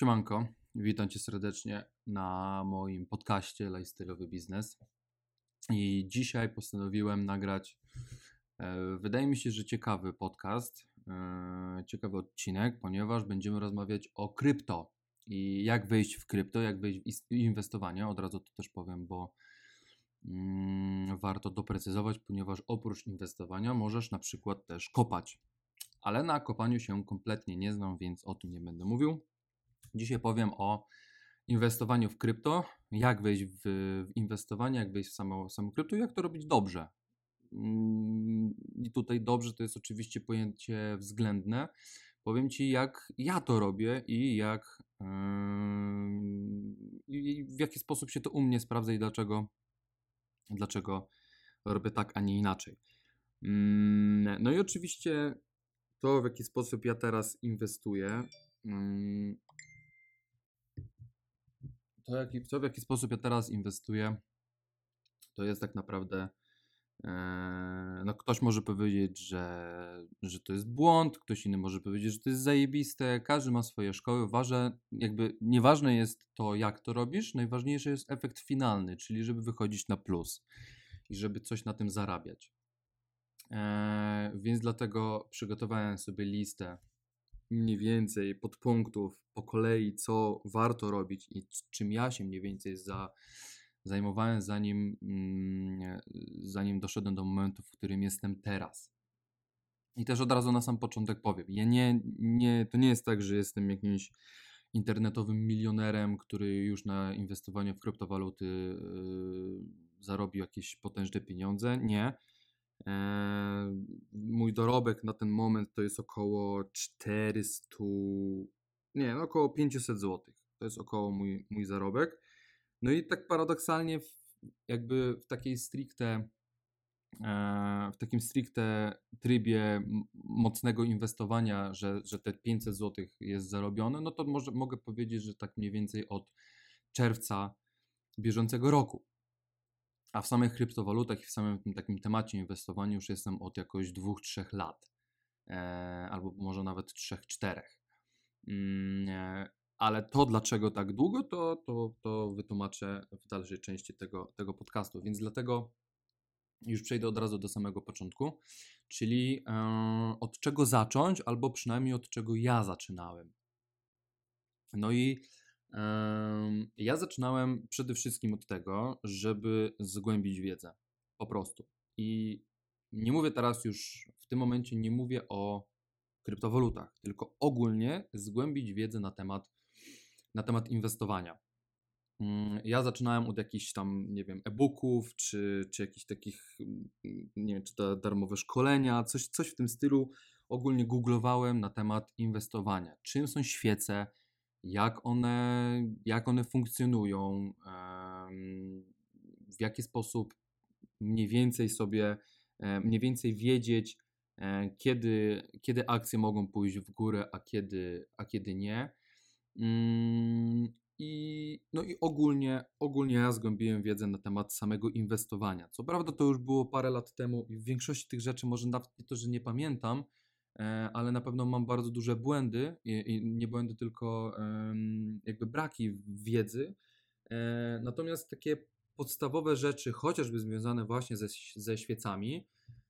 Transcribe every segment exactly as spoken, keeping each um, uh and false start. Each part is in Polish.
Siemanko, witam Cię serdecznie na moim podcaście Lifestyle'owy Biznes. I dzisiaj postanowiłem nagrać, e, wydaje mi się, że ciekawy podcast, e, ciekawy odcinek, ponieważ będziemy rozmawiać o krypto i jak wejść w krypto, jak wejść w is- inwestowanie. Od razu to też powiem, bo mm, warto doprecyzować, ponieważ oprócz inwestowania możesz na przykład też kopać. Ale na kopaniu się kompletnie nie znam, więc o tym nie będę mówił. Dzisiaj powiem o inwestowaniu w krypto, jak wejść w, w inwestowanie, jak wejść w samo, samo krypto i jak to robić dobrze. Mm, I tutaj dobrze to jest oczywiście pojęcie względne. Powiem Ci, jak ja to robię i jak ym, i w jaki sposób się to u mnie sprawdza i dlaczego, dlaczego robię tak, a nie inaczej. Mm, No i oczywiście to, w jaki sposób ja teraz inwestuję, mm, to, jaki, to w jaki sposób ja teraz inwestuję, to jest tak naprawdę, e, no ktoś może powiedzieć, że, że to jest błąd, ktoś inny może powiedzieć, że to jest zajebiste, każdy ma swoje szkoły, ważne, jakby nieważne jest to, jak to robisz, najważniejszy jest efekt finalny, czyli żeby wychodzić na plus i żeby coś na tym zarabiać. E, więc dlatego przygotowałem sobie listę mniej więcej podpunktów po kolei, co warto robić i czym ja się mniej więcej za, zajmowałem, zanim, mm, zanim doszedłem do momentu, w którym jestem teraz. I też od razu na sam początek powiem, ja nie, nie, to nie jest tak, że jestem jakimś internetowym milionerem, który już na inwestowaniu w kryptowaluty yy, zarobił jakieś potężne pieniądze. Nie. Eee, Mój dorobek na ten moment to jest około czterysta, nie, no około pięćset złotych. To jest około mój, mój zarobek. No i tak paradoksalnie, w, jakby w takiej stricte, e, w takim stricte trybie m- mocnego inwestowania, że, że te pięćset złotych jest zarobione, no to może, mogę powiedzieć, że tak mniej więcej od czerwca bieżącego roku. A w samych kryptowalutach i w samym tym takim temacie inwestowania już jestem od jakoś dwóch, trzech lat. E, albo może nawet trzech, czterech. Mm, e, ale to, dlaczego tak długo, to, to, to wytłumaczę w dalszej części tego, tego podcastu. Więc dlatego już przejdę od razu do samego początku, czyli e, od czego zacząć, albo przynajmniej od czego ja zaczynałem. No i em, ja zaczynałem przede wszystkim od tego, żeby zgłębić wiedzę. Po prostu. I nie mówię teraz już w tym momencie, nie mówię o kryptowalutach, tylko ogólnie zgłębić wiedzę na temat, na temat inwestowania. Mm, Ja zaczynałem od jakichś tam, nie wiem, e-booków, czy, czy jakichś takich, mm, nie wiem, czy to darmowe szkolenia, coś, coś w tym stylu. Ogólnie googlowałem na temat inwestowania. Czym są świece, jak one, jak one funkcjonują, em, w jaki sposób mniej więcej sobie, e, mniej więcej wiedzieć, e, kiedy, kiedy akcje mogą pójść w górę, a kiedy, a kiedy nie. Mm, I, no i ogólnie, ogólnie ja zgłębiłem wiedzę na temat samego inwestowania. Co prawda to już było parę lat temu i w większości tych rzeczy może nawet nie to, że nie pamiętam, e, ale na pewno mam bardzo duże błędy i, i nie błędy, tylko em, jakby braki wiedzy. E, Natomiast takie podstawowe rzeczy, chociażby związane właśnie ze, ze świecami,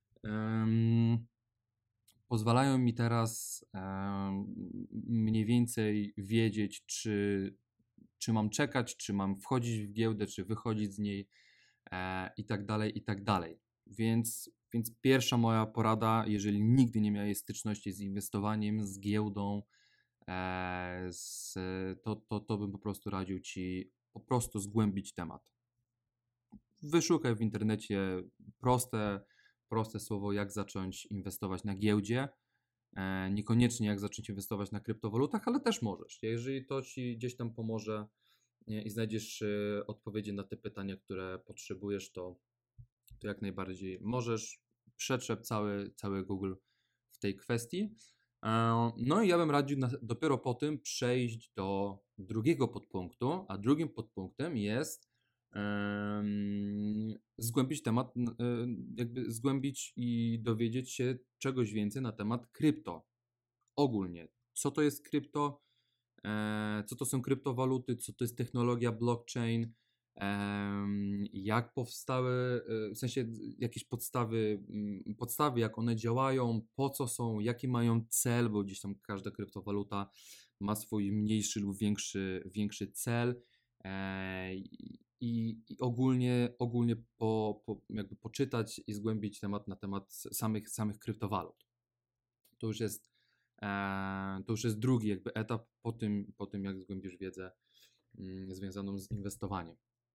em, pozwalają mi teraz em, mniej więcej wiedzieć, czy, czy mam czekać, czy mam wchodzić w giełdę, czy wychodzić z niej, e, i tak dalej, i tak dalej. Więc, więc pierwsza moja porada, jeżeli nigdy nie miałeś styczności z inwestowaniem, z giełdą, e, z, to, to, to bym po prostu radził Ci po prostu zgłębić temat. Wyszukaj w internecie proste, proste słowo, jak zacząć inwestować na giełdzie. E, Niekoniecznie jak zacząć inwestować na kryptowalutach, ale też możesz. Jeżeli to Ci gdzieś tam pomoże, nie, i znajdziesz e, odpowiedzi na te pytania, które potrzebujesz, to, to jak najbardziej możesz. Przetrzep cały, cały Google w tej kwestii. E, No i ja bym radził na, dopiero po tym przejść do drugiego podpunktu, a drugim podpunktem jest em, zgłębić temat, n- e, jakby zgłębić i dowiedzieć się czegoś więcej na temat krypto. Ogólnie, co to jest krypto, e, co to są kryptowaluty, co to jest technologia blockchain, em, jak powstały, e, w sensie jakieś podstawy, mm, podstawy, jak one działają, po co są, jaki mają cel, bo gdzieś tam każda kryptowaluta ma swój mniejszy lub większy, większy cel. E, i, i ogólnie, ogólnie po, po, jakby poczytać i zgłębić temat na temat samych, samych kryptowalut. To już jest, e, to już jest drugi jakby etap po tym, po tym jak zgłębisz wiedzę mm, związaną z inwestowaniem.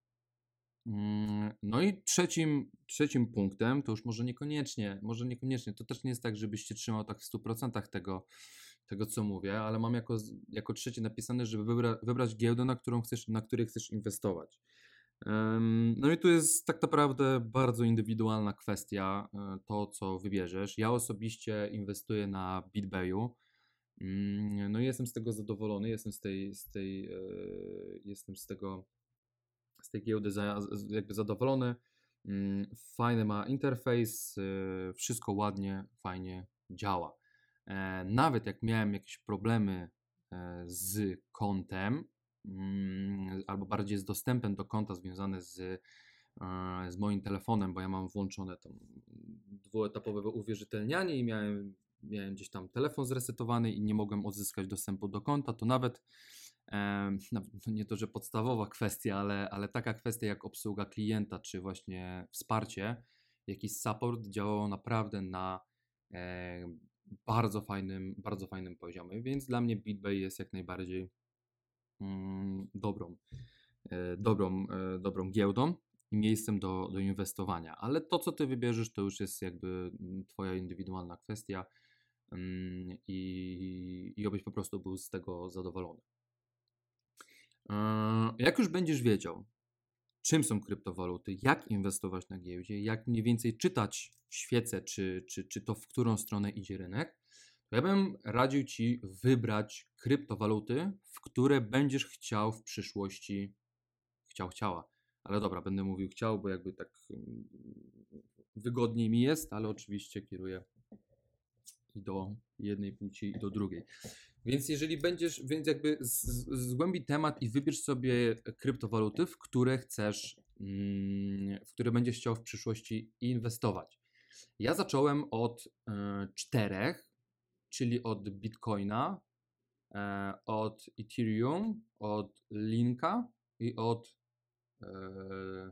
Mm, No i trzecim, trzecim punktem, to już może niekoniecznie, może niekoniecznie, to też nie jest tak, żebyś się trzymał tak w stu procentach tego, tego co mówię, ale mam jako, z- jako trzecie napisane, żeby wybra, wybrać giełdę, na którą chcesz, na której chcesz inwestować. Em, No i tu jest tak naprawdę bardzo indywidualna kwestia, e, to co wybierzesz. Ja osobiście inwestuję na BitBayu. Mm, No i jestem z tego zadowolony, jestem z tej, z tej, e, jestem z tego, z tej giełdy za, z- jakby zadowolony. Mm, Fajny ma interfejs, e, wszystko ładnie, fajnie działa. E, Nawet jak miałem jakieś problemy e, z kontem, mm, albo bardziej z dostępem do konta związane z, e, z moim telefonem, bo ja mam włączone tam dwuetapowe uwierzytelnianie i miałem, miałem gdzieś tam telefon zresetowany i nie mogłem odzyskać dostępu do konta, to nawet Em, no, no nie to, że podstawowa kwestia, ale, ale taka kwestia jak obsługa klienta, czy właśnie wsparcie, jakiś support działało naprawdę na e, bardzo fajnym, bardzo fajnym poziomie, więc dla mnie BitBay jest jak najbardziej mm, dobrą, e, dobrą, e, dobrą giełdą i miejscem do, do inwestowania, ale to, co ty wybierzesz, to już jest jakby mm, twoja indywidualna kwestia mm, i, i obyś po prostu był z tego zadowolony. E, Jak już będziesz wiedział, czym są kryptowaluty, jak inwestować na giełdzie, jak mniej więcej czytać świece, czy, czy, czy to w którą stronę idzie rynek, to ja bym radził Ci wybrać kryptowaluty, w które będziesz chciał w przyszłości, chciał, chciała, ale dobra, będę mówił chciał, bo jakby tak mm, wygodniej mi jest, ale oczywiście kieruję i do jednej płci, i do drugiej. Więc jeżeli będziesz, więc jakby z- z- zgłębi temat i wybierz sobie kryptowaluty, w które chcesz, mm, w które będziesz chciał w przyszłości inwestować. Ja zacząłem od e, czterech, czyli od Bitcoina, e, od Ethereum, od Linka i od e,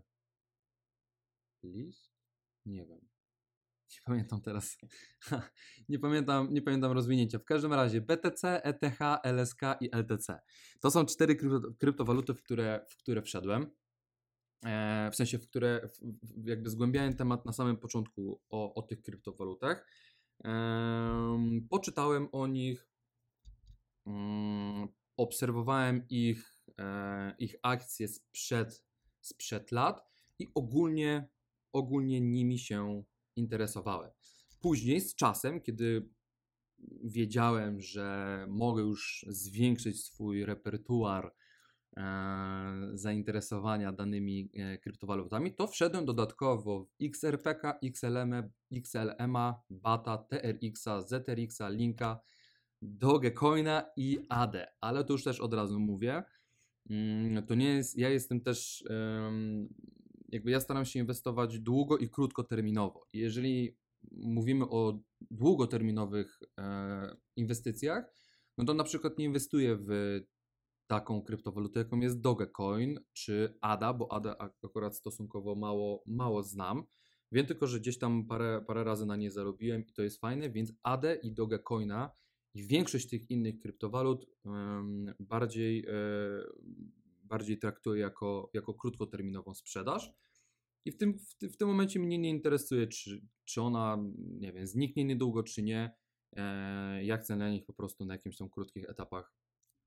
Lis? Nie wiem. Nie pamiętam teraz. Nie pamiętam, nie pamiętam rozwinięcia. W każdym razie B T C, E T H, L S K i L T C. To są cztery krypto, kryptowaluty, w które, w które wszedłem. E, w sensie, w które w, w, jakby zgłębiałem temat na samym początku o, o tych kryptowalutach. Em, poczytałem o nich, mm, obserwowałem ich, e, ich akcje sprzed, sprzed lat i ogólnie, ogólnie nimi się interesowałem. Później z czasem, kiedy wiedziałem, że mogę już zwiększyć swój repertuar e, zainteresowania danymi e, kryptowalutami, to wszedłem dodatkowo w X R P K, X L M, X L M A, BATA, T R X, Z R X, Linka, Dogecoina i A D E. Ale to już też od razu mówię. Mm, To nie jest, ja jestem też, em, jakby ja staram się inwestować długo i krótkoterminowo. I jeżeli mówimy o długoterminowych e, inwestycjach, no to na przykład nie inwestuję w taką kryptowalutę, jaką jest Dogecoin czy A D A, bo A D A ak- akurat stosunkowo mało, mało znam. Wiem tylko, że gdzieś tam parę, parę razy na nie zarobiłem i to jest fajne, więc A D E i Dogecoina i większość tych innych kryptowalut em, bardziej, e, bardziej traktuję jako, jako krótkoterminową sprzedaż. I w tym, w, ty- w tym momencie mnie nie interesuje, czy, czy ona, nie wiem, zniknie niedługo, czy nie. E, ja chcę na nich po prostu na jakimś tam krótkich etapach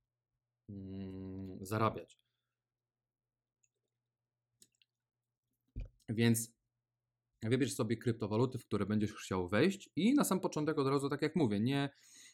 mm, zarabiać. Więc wybierz sobie kryptowaluty, w które będziesz chciał wejść i na sam początek od razu, tak jak mówię, nie,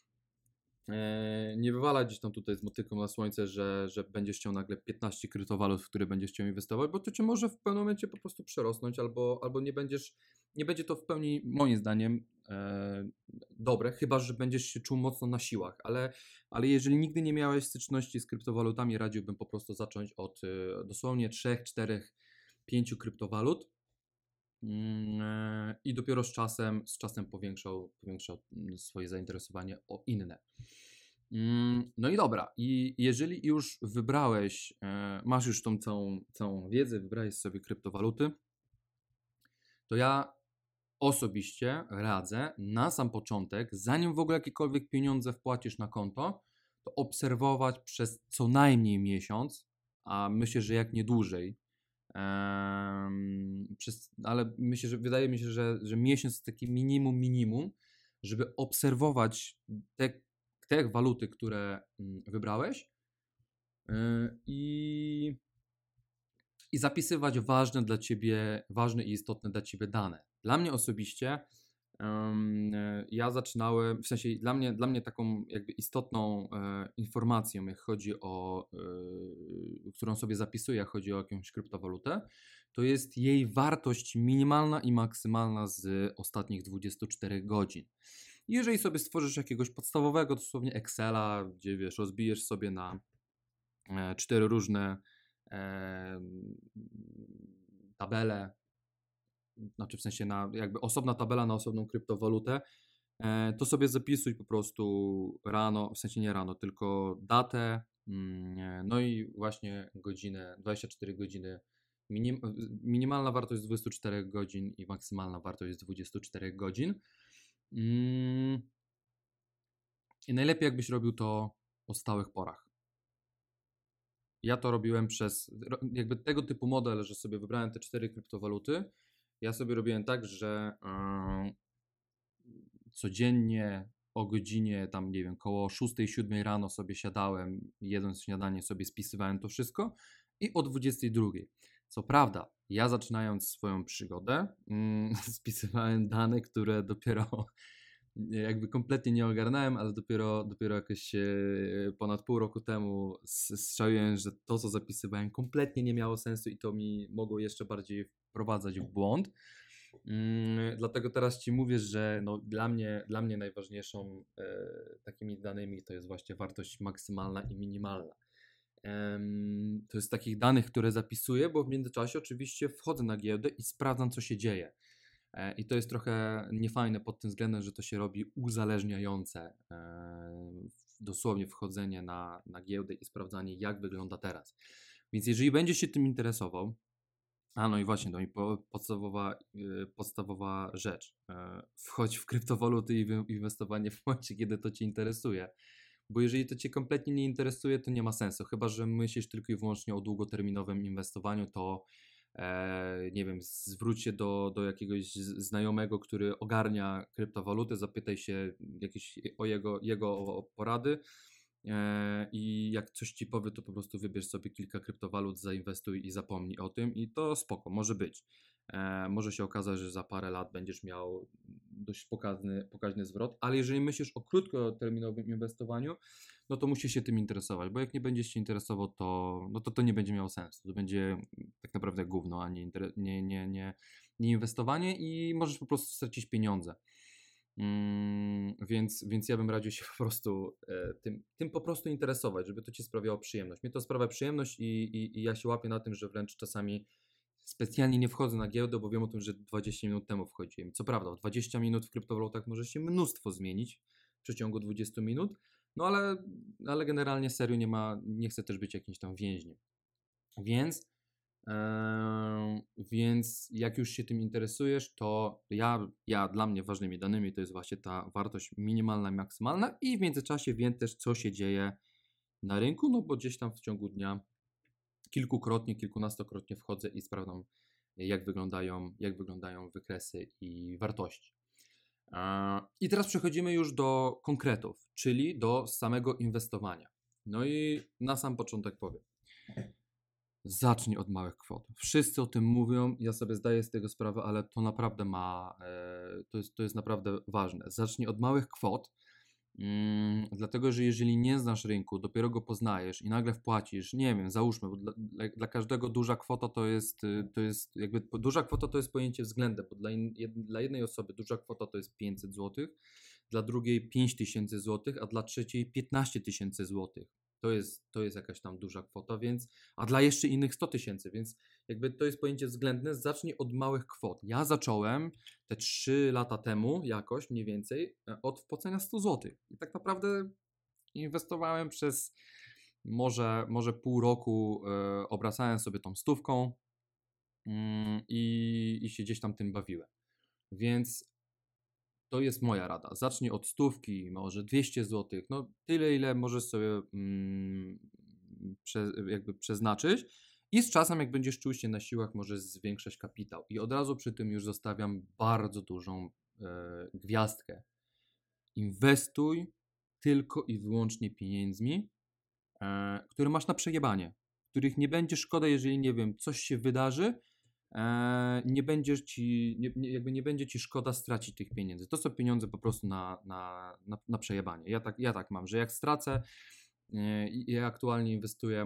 e, nie wywalać gdzieś tam tutaj z motyką na słońce, że, że będziesz chciał nagle piętnaście kryptowalut, w które będziesz chciał inwestować, bo to cię może w pewnym momencie po prostu przerosnąć albo, albo nie będziesz nie będzie to w pełni, moim zdaniem, e, dobre, chyba że będziesz się czuł mocno na siłach, ale, ale jeżeli nigdy nie miałeś styczności z kryptowalutami, radziłbym po prostu zacząć od e, dosłownie trzech, czterech, pięciu kryptowalut mm, e, i dopiero z czasem, z czasem powiększał, powiększał mm, swoje zainteresowanie o inne. Mm, No i dobra, i jeżeli już wybrałeś, e, masz już tą całą, całą wiedzę, wybrałeś sobie kryptowaluty, to ja osobiście radzę na sam początek, zanim w ogóle jakiekolwiek pieniądze wpłacisz na konto, to obserwować przez co najmniej miesiąc, a myślę, że jak nie dłużej. em, przez, ale myślę, że wydaje mi się, że, że miesiąc to taki minimum, minimum, żeby obserwować te, te waluty, które mm, wybrałeś yy, i i zapisywać ważne dla ciebie, ważne i istotne dla ciebie dane. Dla mnie osobiście um, ja zaczynałem, w sensie dla mnie, dla mnie taką jakby istotną e, informacją, jak chodzi o, e, którą sobie zapisuję, jak chodzi o jakąś kryptowalutę, to jest jej wartość minimalna i maksymalna z ostatnich dwudziestu czterech godzin. Jeżeli sobie stworzysz jakiegoś podstawowego, dosłownie Excela, gdzie wiesz, rozbijesz sobie na e, cztery różne e, tabele, znaczy w sensie na jakby osobna tabela na osobną kryptowalutę, e, to sobie zapisuj po prostu rano, w sensie nie rano, tylko datę, mm, no i właśnie godzinę, dwadzieścia cztery godziny, minim, minimalna wartość z dwudziestu czterech godzin i maksymalna wartość z dwudziestu czterech godzin. Mm, I najlepiej jakbyś robił to o stałych porach. Ja to robiłem przez jakby tego typu model, że sobie wybrałem te cztery kryptowaluty. Ja sobie robiłem tak, że yy, codziennie o godzinie tam nie wiem, koło szóstej, siódmej rano sobie siadałem, jedząc śniadanie sobie spisywałem to wszystko i o dwudziestej drugiej. Co prawda, ja zaczynając swoją przygodę yy, spisywałem dane, które dopiero jakby kompletnie nie ogarnąłem, ale dopiero, dopiero jakoś e, ponad pół roku temu strzeliłem, że to, co zapisywałem, kompletnie nie miało sensu i to mi mogło jeszcze bardziej wprowadzać w błąd. Mm, dlatego teraz Ci mówię, że no, dla mnie, dla mnie najważniejszą e, takimi danymi to jest właśnie wartość maksymalna i minimalna. Em, to jest takich danych, które zapisuję, bo w międzyczasie oczywiście wchodzę na giełdę i sprawdzam, co się dzieje. I to jest trochę niefajne pod tym względem, że to się robi uzależniające, dosłownie wchodzenie na, na giełdę i sprawdzanie, jak wygląda teraz. Więc jeżeli będziesz się tym interesował, a no i właśnie, to mi podstawowa, podstawowa rzecz, wchodź w kryptowaluty i inwestowanie w momencie, kiedy to Cię interesuje. Bo jeżeli to Cię kompletnie nie interesuje, to nie ma sensu. Chyba że myślisz tylko i wyłącznie o długoterminowym inwestowaniu, to E, nie wiem, zwróć się do, do jakiegoś znajomego, który ogarnia kryptowaluty, zapytaj się jakieś o jego, jego porady e, i jak coś Ci powie, to po prostu wybierz sobie kilka kryptowalut, zainwestuj i zapomnij o tym i to spoko, może być. E, może się okazać, że za parę lat będziesz miał dość pokaźny, pokaźny zwrot, ale jeżeli myślisz o krótkoterminowym inwestowaniu, no to musisz się tym interesować, bo jak nie będziesz się interesował, to, no to to nie będzie miało sensu. To będzie tak naprawdę gówno, a nie, nie, nie, nie, nie inwestowanie i możesz po prostu stracić pieniądze. Mm, więc, więc ja bym radził się po prostu e, tym, tym po prostu interesować, żeby to Ci sprawiało przyjemność. Mnie to sprawia przyjemność i, i, i ja się łapię na tym, że wręcz czasami specjalnie nie wchodzę na giełdę, bo wiem o tym, że dwadzieścia minut temu wchodziłem. Co prawda, w dwadzieścia minut w kryptowalutach może się mnóstwo zmienić w przeciągu dwudziestu minut, no ale, ale generalnie serio nie ma, nie chcę też być jakimś tam więźniem. Więc, e, więc jak już się tym interesujesz, to ja, ja dla mnie ważnymi danymi to jest właśnie ta wartość minimalna i maksymalna i w międzyczasie wiem też, co się dzieje na rynku, no bo gdzieś tam w ciągu dnia kilkukrotnie, kilkunastokrotnie wchodzę i sprawdzam, jak wyglądają, jak wyglądają wykresy i wartości. I teraz przechodzimy już do konkretów, czyli do samego inwestowania. No i na sam początek powiem. Zacznij od małych kwot. Wszyscy o tym mówią, ja sobie zdaję z tego sprawę, ale to naprawdę ma, to jest, to jest naprawdę ważne. Zacznij od małych kwot, Mm, dlatego, że jeżeli nie znasz rynku, dopiero go poznajesz i nagle wpłacisz, nie wiem, załóżmy, bo dla, dla, dla każdego duża kwota to jest, y, to jest jakby, po- duża kwota to jest pojęcie względne, bo dla, in, jed, dla jednej osoby duża kwota to jest pięćset złotych, dla drugiej pięć tysięcy złotych, a dla trzeciej piętnaście tysięcy złotych. To jest, to jest jakaś tam duża kwota, więc, a dla jeszcze innych sto tysięcy, więc jakby to jest pojęcie względne, zacznij od małych kwot. Ja zacząłem te trzy lata temu jakoś mniej więcej e, od wpłacenia sto złotych. I tak naprawdę inwestowałem przez może, może pół roku, e, obracałem sobie tą stówką mm, i, i się gdzieś tam tym bawiłem. Więc to jest moja rada. Zacznij od stówki, może dwieście złotych, no tyle, ile możesz sobie mm, prze, jakby przeznaczyć. I z czasem, jak będziesz czuł się na siłach, możesz zwiększać kapitał. I od razu przy tym już zostawiam bardzo dużą e, gwiazdkę. Inwestuj tylko i wyłącznie pieniędzmi, e, które masz na przejebanie, których nie będzie szkoda, jeżeli nie wiem, coś się wydarzy, e, nie będziesz ci, nie, nie, jakby nie będzie ci szkoda stracić tych pieniędzy. To są pieniądze po prostu na, na, na, na przejebanie. Ja tak, ja tak mam, że jak stracę, e, i ja aktualnie inwestuję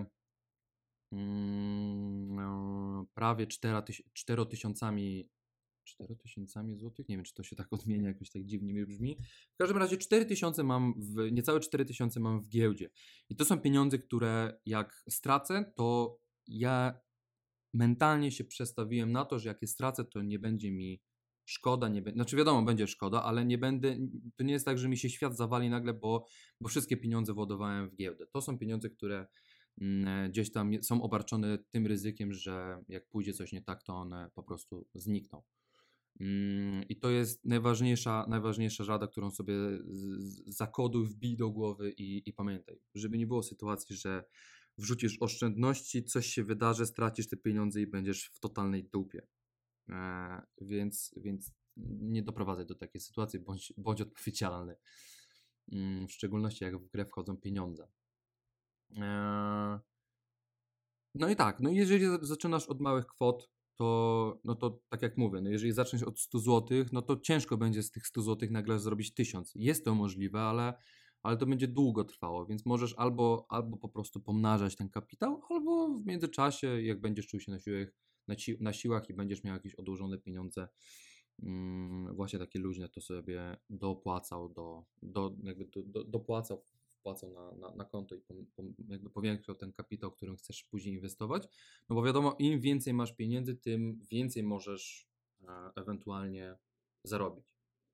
mm, e, prawie cztery tysiącami cztery tysiącami złotych, nie wiem czy to się tak odmienia, jakoś tak dziwnie mi brzmi. W każdym razie cztery tysiące mam, w, niecałe cztery tysiące mam w giełdzie. I to są pieniądze, które jak stracę, to ja mentalnie się przestawiłem na to, że jak je stracę, to nie będzie mi szkoda, nie be... znaczy wiadomo, będzie szkoda, ale nie będę, to nie jest tak, że mi się świat zawali nagle, bo, bo wszystkie pieniądze władowałem w giełdę. To są pieniądze, które mm, gdzieś tam są obarczone tym ryzykiem, że jak pójdzie coś nie tak, to one po prostu znikną. Mm, I to jest najważniejsza, najważniejsza rada, którą sobie z- zakoduj, wbij do głowy i, i pamiętaj, żeby nie było sytuacji, że wrzucisz oszczędności, coś się wydarzy, stracisz te pieniądze i będziesz w totalnej dupie. E, więc, więc nie doprowadzaj do takiej sytuacji, bądź, bądź odpowiedzialny. Mm, w szczególności jak w grę wchodzą pieniądze. E, no i tak, no i jeżeli zaczynasz od małych kwot, to, no to tak jak mówię, no jeżeli zaczniesz od stu złotych, no to ciężko będzie z tych stu złotych nagle zrobić tysiąc. Jest to możliwe, ale, ale to będzie długo trwało, więc możesz albo, albo po prostu pomnażać ten kapitał, albo w międzyczasie, jak będziesz czuł się na siłach, na, ci, na siłach i będziesz miał jakieś odłożone pieniądze, mm, właśnie takie luźne, to sobie dopłacał, do, do, jakby do, do, dopłacał wpłacał na, na, na konto i pom, pom, jakby powiększał ten kapitał, którym chcesz później inwestować. No bo wiadomo, im więcej masz pieniędzy, tym więcej możesz e, ewentualnie zarobić.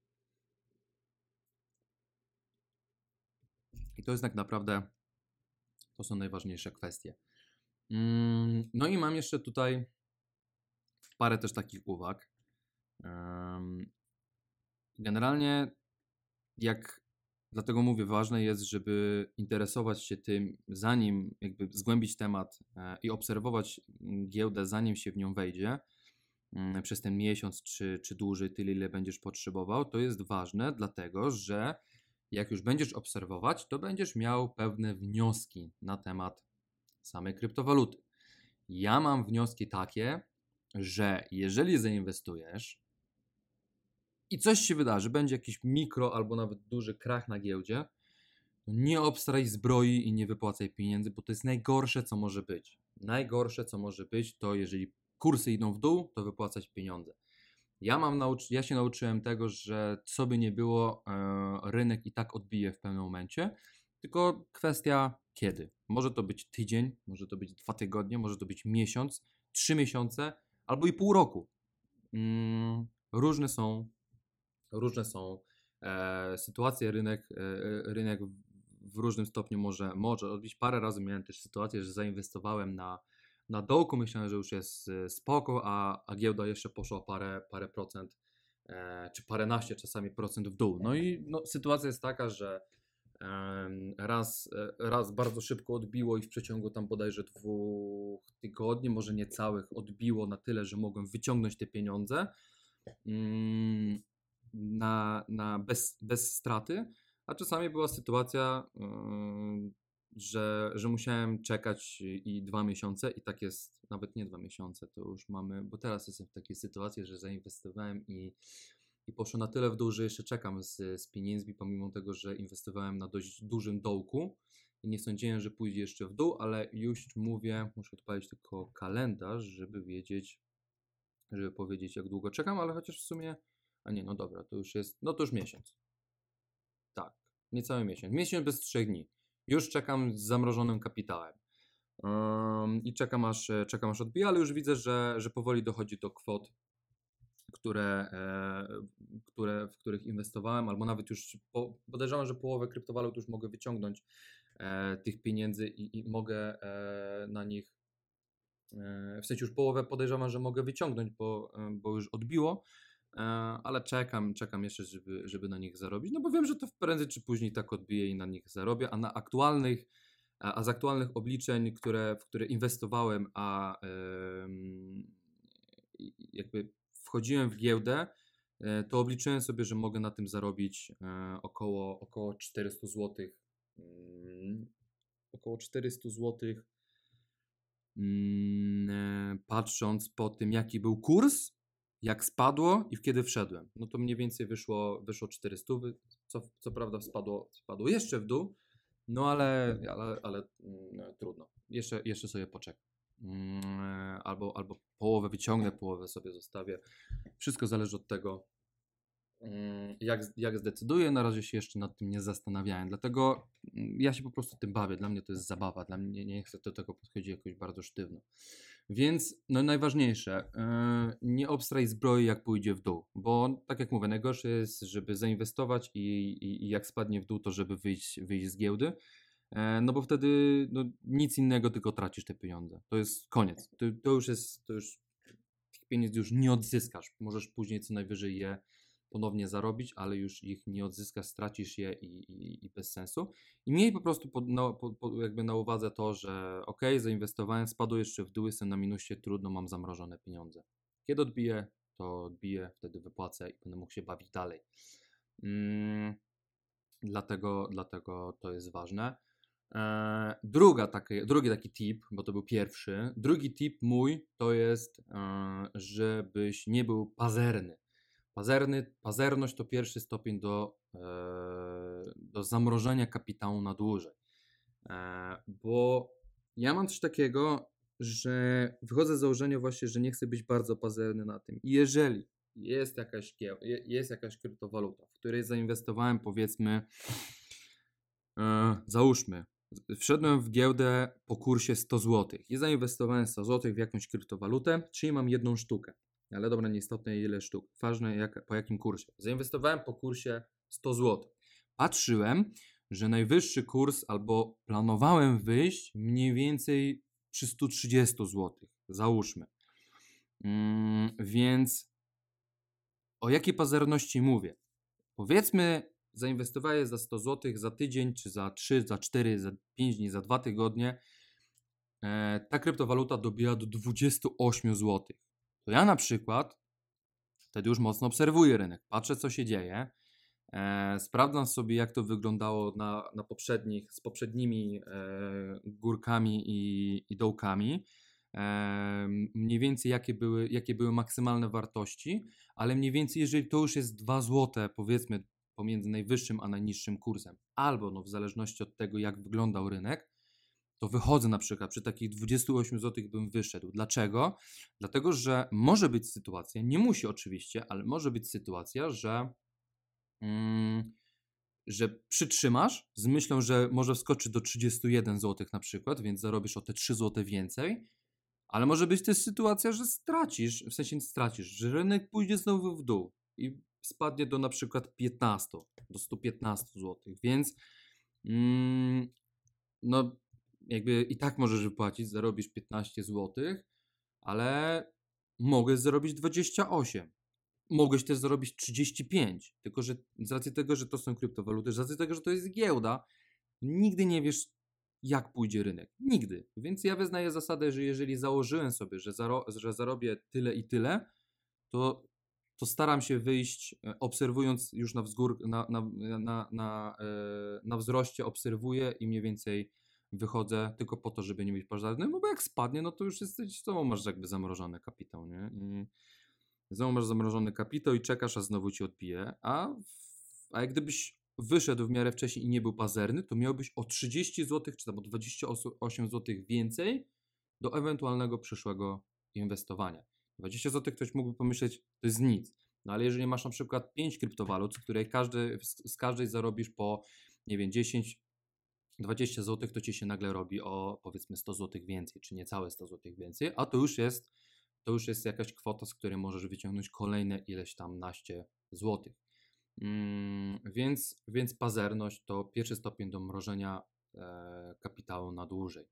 I to jest tak naprawdę, to są najważniejsze kwestie. Mm, no i mam jeszcze tutaj parę też takich uwag. Um, generalnie jak Dlatego mówię, ważne jest, żeby interesować się tym, zanim jakby zgłębić temat e, i obserwować mm, giełdę, zanim się w nią wejdzie, mm, przez ten miesiąc czy, czy dłużej, tyle ile będziesz potrzebował. To jest ważne, dlatego że jak już będziesz obserwować, to będziesz miał pewne wnioski na temat samej kryptowaluty. Ja mam wnioski takie, że jeżeli zainwestujesz i coś się wydarzy, będzie jakiś mikro albo nawet duży krach na giełdzie, to nie obstraj zbroi i nie wypłacaj pieniędzy, bo to jest najgorsze, co może być. Najgorsze, co może być, to jeżeli kursy idą w dół, to wypłacać pieniądze. Ja, mam nauc- ja się nauczyłem tego, że co by nie było, e, rynek i tak odbije w pewnym momencie, tylko kwestia kiedy. Może to być tydzień, może to być dwa tygodnie, może to być miesiąc, trzy miesiące albo i pół roku. Mm, różne są różne są e, sytuacje, rynek, e, rynek w różnym stopniu może, może odbić. Parę razy miałem też sytuację, że zainwestowałem na, na dołku, myślałem, że już jest e, spoko, a, a giełda jeszcze poszła parę, parę procent, e, czy paręnaście czasami procent w dół. No i no, sytuacja jest taka, że em, raz, e, raz bardzo szybko odbiło i w przeciągu tam bodajże dwóch tygodni, może niecałych, odbiło na tyle, że mogłem wyciągnąć te pieniądze. Mm, na, na bez, bez straty, a czasami była sytuacja, yy, że, że musiałem czekać i dwa miesiące i tak jest, nawet nie dwa miesiące, to już mamy, bo teraz jestem w takiej sytuacji, że zainwestowałem i i poszło na tyle w dół, że jeszcze czekam z, z pieniędzmi, pomimo tego, że inwestowałem na dość dużym dołku i nie sądziłem, że pójdzie jeszcze w dół, ale już mówię, muszę odpalić tylko kalendarz, żeby wiedzieć, żeby powiedzieć, jak długo czekam, ale chociaż w sumie, a nie, no dobra, to już jest, no to już miesiąc. Tak, niecały miesiąc. Miesiąc bez trzech dni. Już czekam z zamrożonym kapitałem. Um, I czekam aż, czekam aż odbija, ale już widzę, że, że powoli dochodzi do kwot, które, e, które, w których inwestowałem, albo nawet już po, podejrzewam, że połowę kryptowalut już mogę wyciągnąć e, tych pieniędzy i, i mogę e, na nich, e, w sensie już połowę podejrzewam, że mogę wyciągnąć, bo, e, bo już odbiło, e, ale czekam, czekam jeszcze, żeby, żeby na nich zarobić, no bo wiem, że to prędzej czy później tak odbije i na nich zarobię, a na aktualnych a, a z aktualnych obliczeń, które, w które inwestowałem, a ym, jakby wchodziłem w giełdę, e, to obliczyłem sobie, że mogę na tym zarobić e, około, około czterysta złotych. Mm, około czterysta złotych. Mm, e, patrząc po tym, jaki był kurs, jak spadło i w kiedy wszedłem. No to mniej więcej wyszło, wyszło czterysta, co, co prawda spadło, spadło jeszcze w dół, no ale, ale, ale mm, trudno. Jeszcze, jeszcze sobie poczekam. Mm, albo, albo połowę wyciągnę, połowę sobie zostawię. Wszystko zależy od tego, mm, jak, jak zdecyduję. Na razie się jeszcze nad tym nie zastanawiałem. Dlatego mm, ja się po prostu tym bawię. Dla mnie to jest zabawa. Dla mnie nie chcę do tego podchodzić jakoś bardzo sztywno. Więc no najważniejsze, yy, nie obstraj zbroi, jak pójdzie w dół, bo tak jak mówię, najgorsze jest, żeby zainwestować i, i, i jak spadnie w dół, to żeby wyjść, wyjść z giełdy, yy, no bo wtedy no, nic innego, tylko tracisz te pieniądze. To jest koniec. To, to już jest, to już tych pieniędzy już nie odzyskasz. Możesz później co najwyżej je ponownie zarobić, ale już ich nie odzyskasz, stracisz je i, i, i bez sensu. I miej po prostu pod, no, po, po, jakby na uwadze to, że ok, zainwestowałem, spadło jeszcze w dół, jestem na minusie, trudno, mam zamrożone pieniądze. Kiedy odbiję, to odbiję, wtedy wypłacę i będę mógł się bawić dalej. Mm, dlatego, dlatego to jest ważne. E, druga taki, drugi taki tip, bo to był pierwszy. Drugi tip mój to jest, e, żebyś nie był pazerny. Pazerny, pazerność to pierwszy stopień do, e, do zamrożenia kapitału na dłużej. E, bo ja mam coś takiego, że wychodzę z założenia właśnie, że nie chcę być bardzo pazerny na tym. I jeżeli jest jakaś, jest jakaś kryptowaluta, w której zainwestowałem, powiedzmy, e, załóżmy, wszedłem w giełdę po kursie sto złotych i zainwestowałem sto złotych w jakąś kryptowalutę, czyli mam jedną sztukę. Ale dobra, nieistotne ile sztuk. Ważne jak, po jakim kursie. Zainwestowałem po kursie sto złotych. Patrzyłem, że najwyższy kurs, albo planowałem wyjść mniej więcej przy stu trzydziestu złotych. Załóżmy. Mm, więc o jakiej pazerności mówię? Powiedzmy, zainwestowałem za sto złotych za tydzień, czy za trzy, za cztery, za pięć dni, za dwa tygodnie. E, ta kryptowaluta dobiła do dwudziestu ośmiu złotych. To ja na przykład wtedy już mocno obserwuję rynek, patrzę co się dzieje, e, sprawdzam sobie jak to wyglądało na, na poprzednich, z poprzednimi e, górkami i, i dołkami, e, mniej więcej jakie były, jakie były maksymalne wartości, ale mniej więcej jeżeli to już jest dwa złote powiedzmy pomiędzy najwyższym a najniższym kursem, albo no w zależności od tego jak wyglądał rynek, to wychodzę na przykład przy takich dwudziestu ośmiu złotych bym wyszedł. Dlaczego? Dlatego, że może być sytuacja, nie musi oczywiście, ale może być sytuacja, że, mm, że przytrzymasz z myślą, że może wskoczy do trzydziestu jeden złotych na przykład, więc zarobisz o te trzy złote więcej, ale może być też sytuacja, że stracisz, w sensie stracisz, że rynek pójdzie znowu w dół i spadnie do na przykład piętnastu, do stu piętnastu złotych, więc mm, no jakby i tak możesz wypłacić, zarobisz piętnaście złotych, ale mogę zarobić dwadzieścia osiem. Mogłeś też zarobić trzydzieści pięć, tylko że z racji tego, że to są kryptowaluty, z racji tego, że to jest giełda, nigdy nie wiesz, jak pójdzie rynek. Nigdy. Więc ja wyznaję zasadę, że jeżeli założyłem sobie, że, zaro- że zarobię tyle i tyle, to, to staram się wyjść, e, obserwując już na wzgór, na, na, na, na, e, na wzroście, obserwuję i mniej więcej wychodzę tylko po to, żeby nie być pazerny, no bo jak spadnie, no to już jesteś, to masz jakby zamrożony kapitał, nie? I znowu masz zamrożony kapitał i czekasz, a znowu ci odbije, a, w, a jak gdybyś wyszedł w miarę wcześniej i nie był pazerny, to miałbyś o trzydzieści złotych czy tam o dwadzieścia osiem złotych więcej do ewentualnego przyszłego inwestowania. dwadzieścia złotych ktoś mógłby pomyśleć, to jest nic. No ale jeżeli masz na przykład pięć kryptowalut, z której każdy, z każdej zarobisz po, nie wiem, dziesięć, dwadzieścia złotych, to ci się nagle robi o powiedzmy sto złotych więcej, czy niecałe sto złotych więcej, a to już jest, to już jest jakaś kwota, z której możesz wyciągnąć kolejne ileś tam naście złotych. Mm, więc, więc pazerność to pierwszy stopień do mrożenia e, kapitału na dłużej.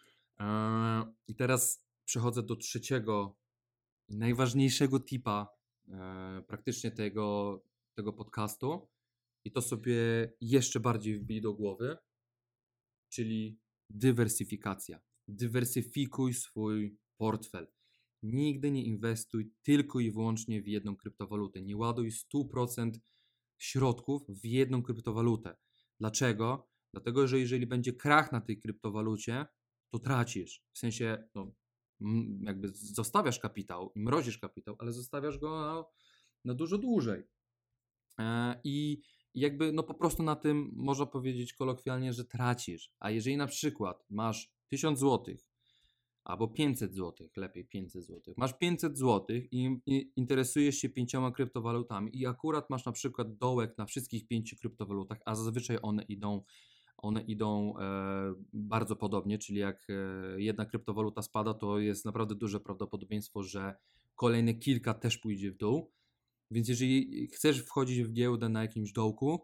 E, I teraz przechodzę do trzeciego, najważniejszego tipa e, praktycznie tego, tego podcastu i to sobie jeszcze bardziej wbij do głowy, czyli dywersyfikacja. Dywersyfikuj swój portfel. Nigdy nie inwestuj tylko i wyłącznie w jedną kryptowalutę. Nie ładuj sto procent środków w jedną kryptowalutę. Dlaczego? Dlatego, że jeżeli będzie krach na tej kryptowalucie, to tracisz. W sensie, no, jakby zostawiasz kapitał i mrozisz kapitał, ale zostawiasz go na, na dużo dłużej. E, I jakby no po prostu na tym można powiedzieć kolokwialnie, że tracisz. A jeżeli na przykład masz tysiąc złotych albo pięćset złotych, lepiej pięćset złotych, masz pięćset złotych i, i interesujesz się pięcioma kryptowalutami i akurat masz na przykład dołek na wszystkich pięciu kryptowalutach, a zazwyczaj one idą one idą e, bardzo podobnie, czyli jak e, jedna kryptowaluta spada, to jest naprawdę duże prawdopodobieństwo, że kolejne kilka też pójdzie w dół. Więc jeżeli chcesz wchodzić w giełdę na jakimś dołku,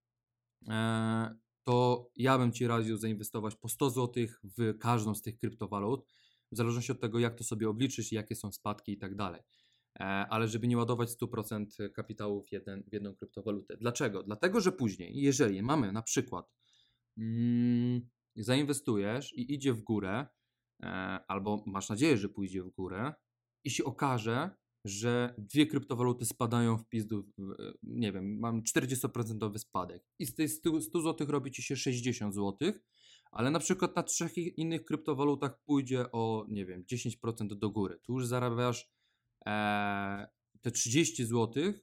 e, to ja bym Ci radził zainwestować po sto złotych w każdą z tych kryptowalut, w zależności od tego, jak to sobie obliczysz, jakie są spadki i tak dalej. E, ale żeby nie ładować sto procent kapitału w, jeden, w jedną kryptowalutę. Dlaczego? Dlatego, że później, jeżeli mamy na przykład mm, zainwestujesz i idzie w górę, e, albo masz nadzieję, że pójdzie w górę i się okaże, że dwie kryptowaluty spadają w pizdu, nie wiem, mam czterdzieści procent spadek i z tej sto złotych robi Ci się sześćdziesiąt złotych, ale na przykład na trzech innych kryptowalutach pójdzie o, nie wiem, dziesięć procent do góry. Tu już zarabiasz e, te trzydzieści złotych,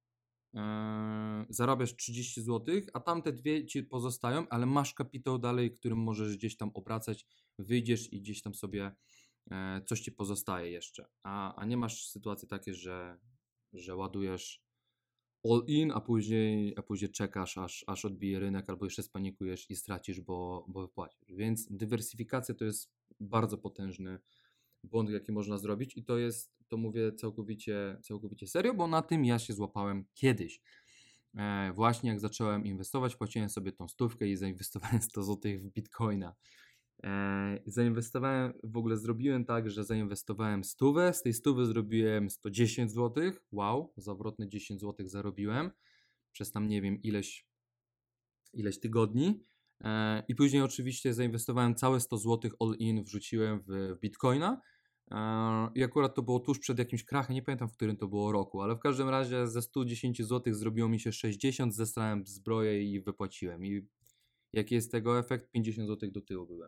e, zarabiasz trzydzieści złotych, a tamte dwie Ci pozostają, ale masz kapitał dalej, którym możesz gdzieś tam obracać, wyjdziesz i gdzieś tam sobie coś Ci pozostaje jeszcze, a, a nie masz sytuacji takie, że, że ładujesz all in, a później, a później czekasz, aż, aż odbije rynek, albo jeszcze spanikujesz i stracisz, bo, bo wypłacisz. Więc dywersyfikacja to jest bardzo potężny błąd, jaki można zrobić i to jest, to mówię całkowicie, całkowicie serio, bo na tym ja się złapałem kiedyś. E, właśnie jak zacząłem inwestować, płaciłem sobie tą stówkę i zainwestowałem sto złotych w Bitcoina. Zainwestowałem, w ogóle zrobiłem tak, że zainwestowałem stówę, z tej stówy zrobiłem sto dziesięć złotych, wow, zawrotne dziesięć złotych zarobiłem przez tam nie wiem ileś, ileś tygodni i później oczywiście zainwestowałem całe sto złotych all in, wrzuciłem w Bitcoina i akurat to było tuż przed jakimś krachem, nie pamiętam w którym to było roku, ale w każdym razie ze sto dziesięć złotych zrobiło mi się sześćdziesiąt, zestrałem zbroję i wypłaciłem i jaki jest tego efekt? pięćdziesiąt złotych do tyłu byłem.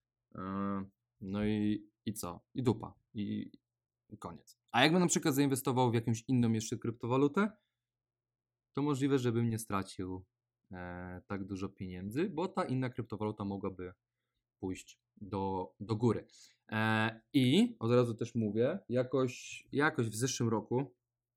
No i, i co? I dupa. I, I koniec. A jakbym na przykład zainwestował w jakąś inną jeszcze kryptowalutę, to możliwe, żebym nie stracił e, tak dużo pieniędzy, bo ta inna kryptowaluta mogłaby pójść do, do góry. E, I od razu też mówię, jakoś, jakoś w zeszłym roku,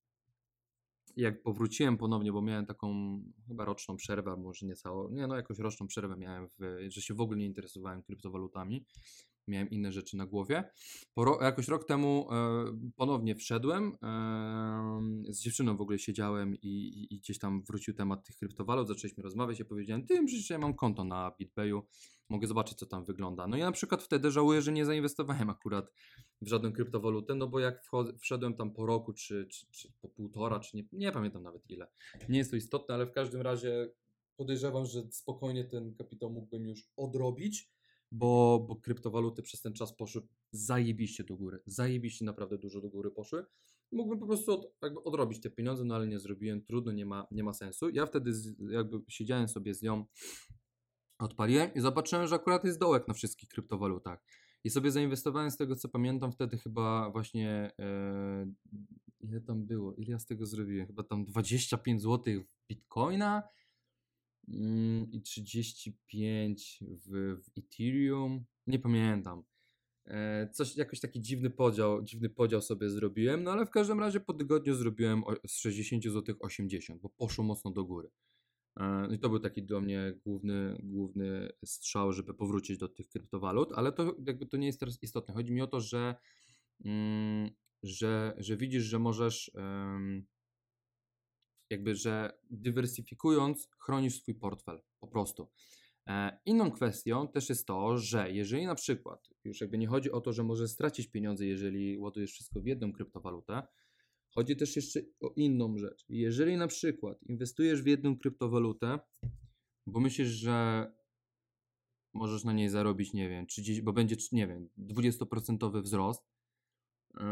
jak powróciłem ponownie, bo miałem taką chyba roczną przerwę, może nie całą, nie no jakąś roczną przerwę miałem, w, że się w ogóle nie interesowałem kryptowalutami, miałem inne rzeczy na głowie. Po ro, jakoś rok temu e, ponownie wszedłem, e, z dziewczyną w ogóle siedziałem i, i, i gdzieś tam wrócił temat tych kryptowalut, zaczęliśmy rozmawiać, ja powiedziałem, ty, przecież ja mam konto na BitPayu, mogę zobaczyć, co tam wygląda. No ja na przykład wtedy żałuję, że nie zainwestowałem akurat w żadną kryptowalutę, no bo jak wszedłem tam po roku, czy, czy, czy po półtora, czy nie, nie pamiętam nawet ile. Nie jest to istotne, ale w każdym razie podejrzewam, że spokojnie ten kapitał mógłbym już odrobić, bo, bo kryptowaluty przez ten czas poszły zajebiście do góry. Zajebiście naprawdę dużo do góry poszły. Mógłbym po prostu od, jakby odrobić te pieniądze, no ale nie zrobiłem. Trudno, nie ma, nie ma sensu. Ja wtedy z, jakby siedziałem sobie z nią, odpaliłem i zobaczyłem, że akurat jest dołek na wszystkich kryptowalutach. I sobie zainwestowałem z tego, co pamiętam, wtedy chyba właśnie e, ile tam było, ile ja z tego zrobiłem, chyba tam dwadzieścia pięć złotych w Bitcoina mm, i trzydzieści pięć w, w Ethereum, nie pamiętam. E, coś, jakoś taki dziwny podział, dziwny podział sobie zrobiłem, no ale w każdym razie po tygodniu zrobiłem o, z sześćdziesiąt złotych osiemdziesiąt, bo poszło mocno do góry. E, I to był taki dla mnie główny, główny strzał, żeby powrócić do tych kryptowalut, ale to jakby to nie jest teraz istotne. Chodzi mi o to, że mm, że, że widzisz, że możesz um, jakby, że dywersyfikując chronisz swój portfel, po prostu. E, inną kwestią też jest to, że jeżeli na przykład, już jakby nie chodzi o to, że możesz stracić pieniądze, jeżeli ładujesz wszystko w jedną kryptowalutę, chodzi też jeszcze o inną rzecz. Jeżeli na przykład inwestujesz w jedną kryptowalutę, bo myślisz, że możesz na niej zarobić, nie wiem, trzydzieści, bo będzie, nie wiem, dwadzieścia procent wzrost, yy,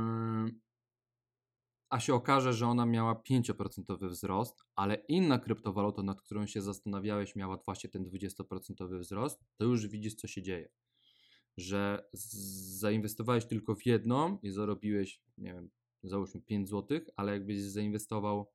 a się okaże, że ona miała pięć procent wzrost, ale inna kryptowaluta, nad którą się zastanawiałeś, miała właśnie ten dwadzieścia procent wzrost, to już widzisz, co się dzieje. Że z- zainwestowałeś tylko w jedną i zarobiłeś, nie wiem, załóżmy pięć złotych, ale jakbyś zainwestował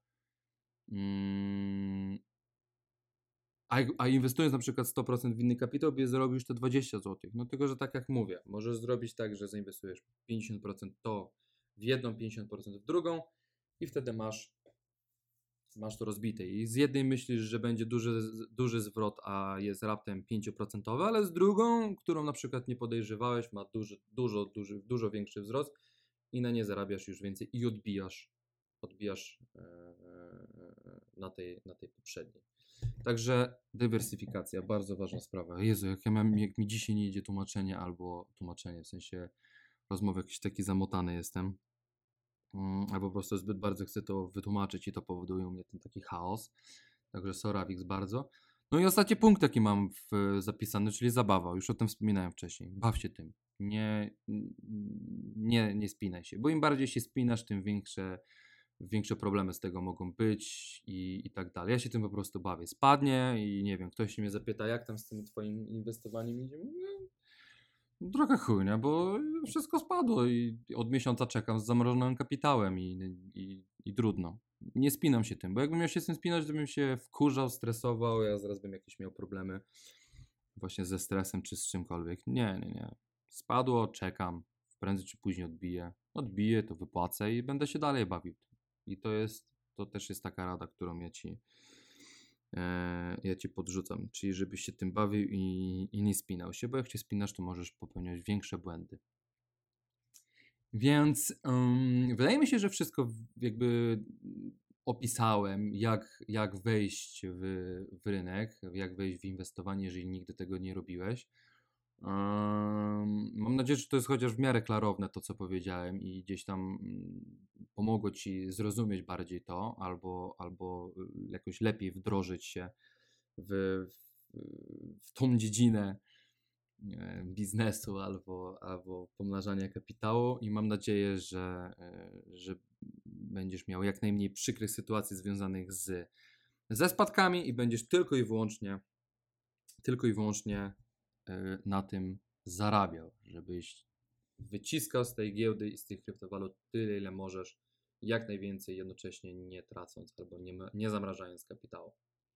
mm, a, a inwestując na przykład sto procent w inny kapitał, byś zarobił już te dwadzieścia złotych. No tylko, że tak jak mówię, możesz zrobić tak, że zainwestujesz pięćdziesiąt procent to w jedną, pięćdziesiąt procent w drugą i wtedy masz, masz to rozbite. I z jednej myślisz, że będzie duży, duży zwrot, a jest raptem pięć procent, ale z drugą, którą na przykład nie podejrzewałeś, ma duży, dużo, duży, dużo większy wzrost i na nie zarabiasz już więcej i odbijasz, odbijasz e, e, na, tej, na tej poprzedniej. Także dywersyfikacja, bardzo ważna sprawa. Jezu, jak, ja mam, jak mi dzisiaj nie idzie tłumaczenie albo tłumaczenie, w sensie rozmowy, jakiś taki zamotany jestem, mm, albo po prostu zbyt bardzo chcę to wytłumaczyć i to powoduje u mnie ten taki chaos. Także Sorawix bardzo. No i ostatni punkt, jaki mam w, zapisany, czyli zabawa. Już o tym wspominałem wcześniej. Baw się tym. Nie, nie, nie spinaj się, bo im bardziej się spinasz, tym większe większe problemy z tego mogą być i, i tak dalej. Ja się tym po prostu bawię. Spadnie i nie wiem, ktoś się mnie zapyta, jak tam z tym twoim inwestowaniem idzie? No, trochę chujnia, bo wszystko spadło i od miesiąca czekam z zamrożonym kapitałem i, i, i trudno. Nie spinam się tym, bo jakbym miał się z tym spinać, to bym się wkurzał, stresował, ja zaraz bym jakieś miał problemy właśnie ze stresem czy z czymkolwiek. Nie, nie, nie. Spadło, czekam, prędzej czy później odbiję. Odbiję, to wypłacę i będę się dalej bawił. I to jest, to też jest taka rada, którą ja ci, e, ja ci podrzucam, czyli żebyś się tym bawił i, i nie spinał się, bo jak się spinasz, to możesz popełniać większe błędy. Więc um, wydaje mi się, że wszystko jakby opisałem, jak, jak wejść w, w rynek, jak wejść w inwestowanie, jeżeli nigdy tego nie robiłeś. Um, mam nadzieję, że to jest chociaż w miarę klarowne to, co powiedziałem i gdzieś tam mm, pomogło ci zrozumieć bardziej to, albo, albo jakoś lepiej wdrożyć się w, w, w tą dziedzinę e, biznesu albo, albo pomnażania kapitału i mam nadzieję, że, e, że będziesz miał jak najmniej przykrych sytuacji związanych z, ze spadkami i będziesz tylko i wyłącznie tylko i wyłącznie na tym zarabiał, żebyś wyciskał z tej giełdy i z tych kryptowalut tyle, ile możesz, jak najwięcej, jednocześnie nie tracąc albo nie, nie zamrażając kapitału.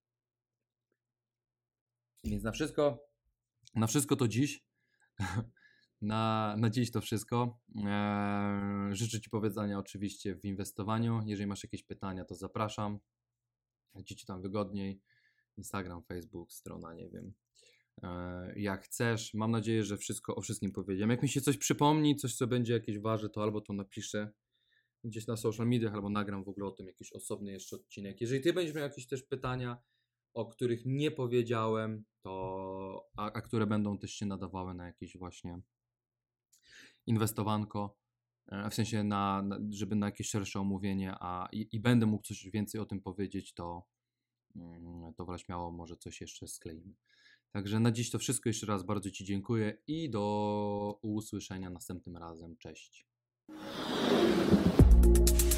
Więc na wszystko, na wszystko to dziś, na, na dziś to wszystko. Eee, życzę ci powodzenia oczywiście w inwestowaniu. Jeżeli masz jakieś pytania, to zapraszam. Jak ci tam wygodniej. Instagram, Facebook, strona, nie wiem. Jak chcesz. Mam nadzieję, że wszystko o wszystkim powiedziałem. Jak mi się coś przypomni, coś co będzie jakieś ważne, to albo to napiszę gdzieś na social mediach, albo nagram w ogóle o tym jakiś osobny jeszcze odcinek. Jeżeli ty będziesz miał jakieś też pytania, o których nie powiedziałem, to a, a które będą też się nadawały na jakieś właśnie inwestowanko, w sensie na, na żeby na jakieś szersze omówienie, a i, i będę mógł coś więcej o tym powiedzieć, to to wreszcie śmiało może coś jeszcze skleimy. Także na dziś to wszystko. Jeszcze raz bardzo ci dziękuję i do usłyszenia następnym razem. Cześć.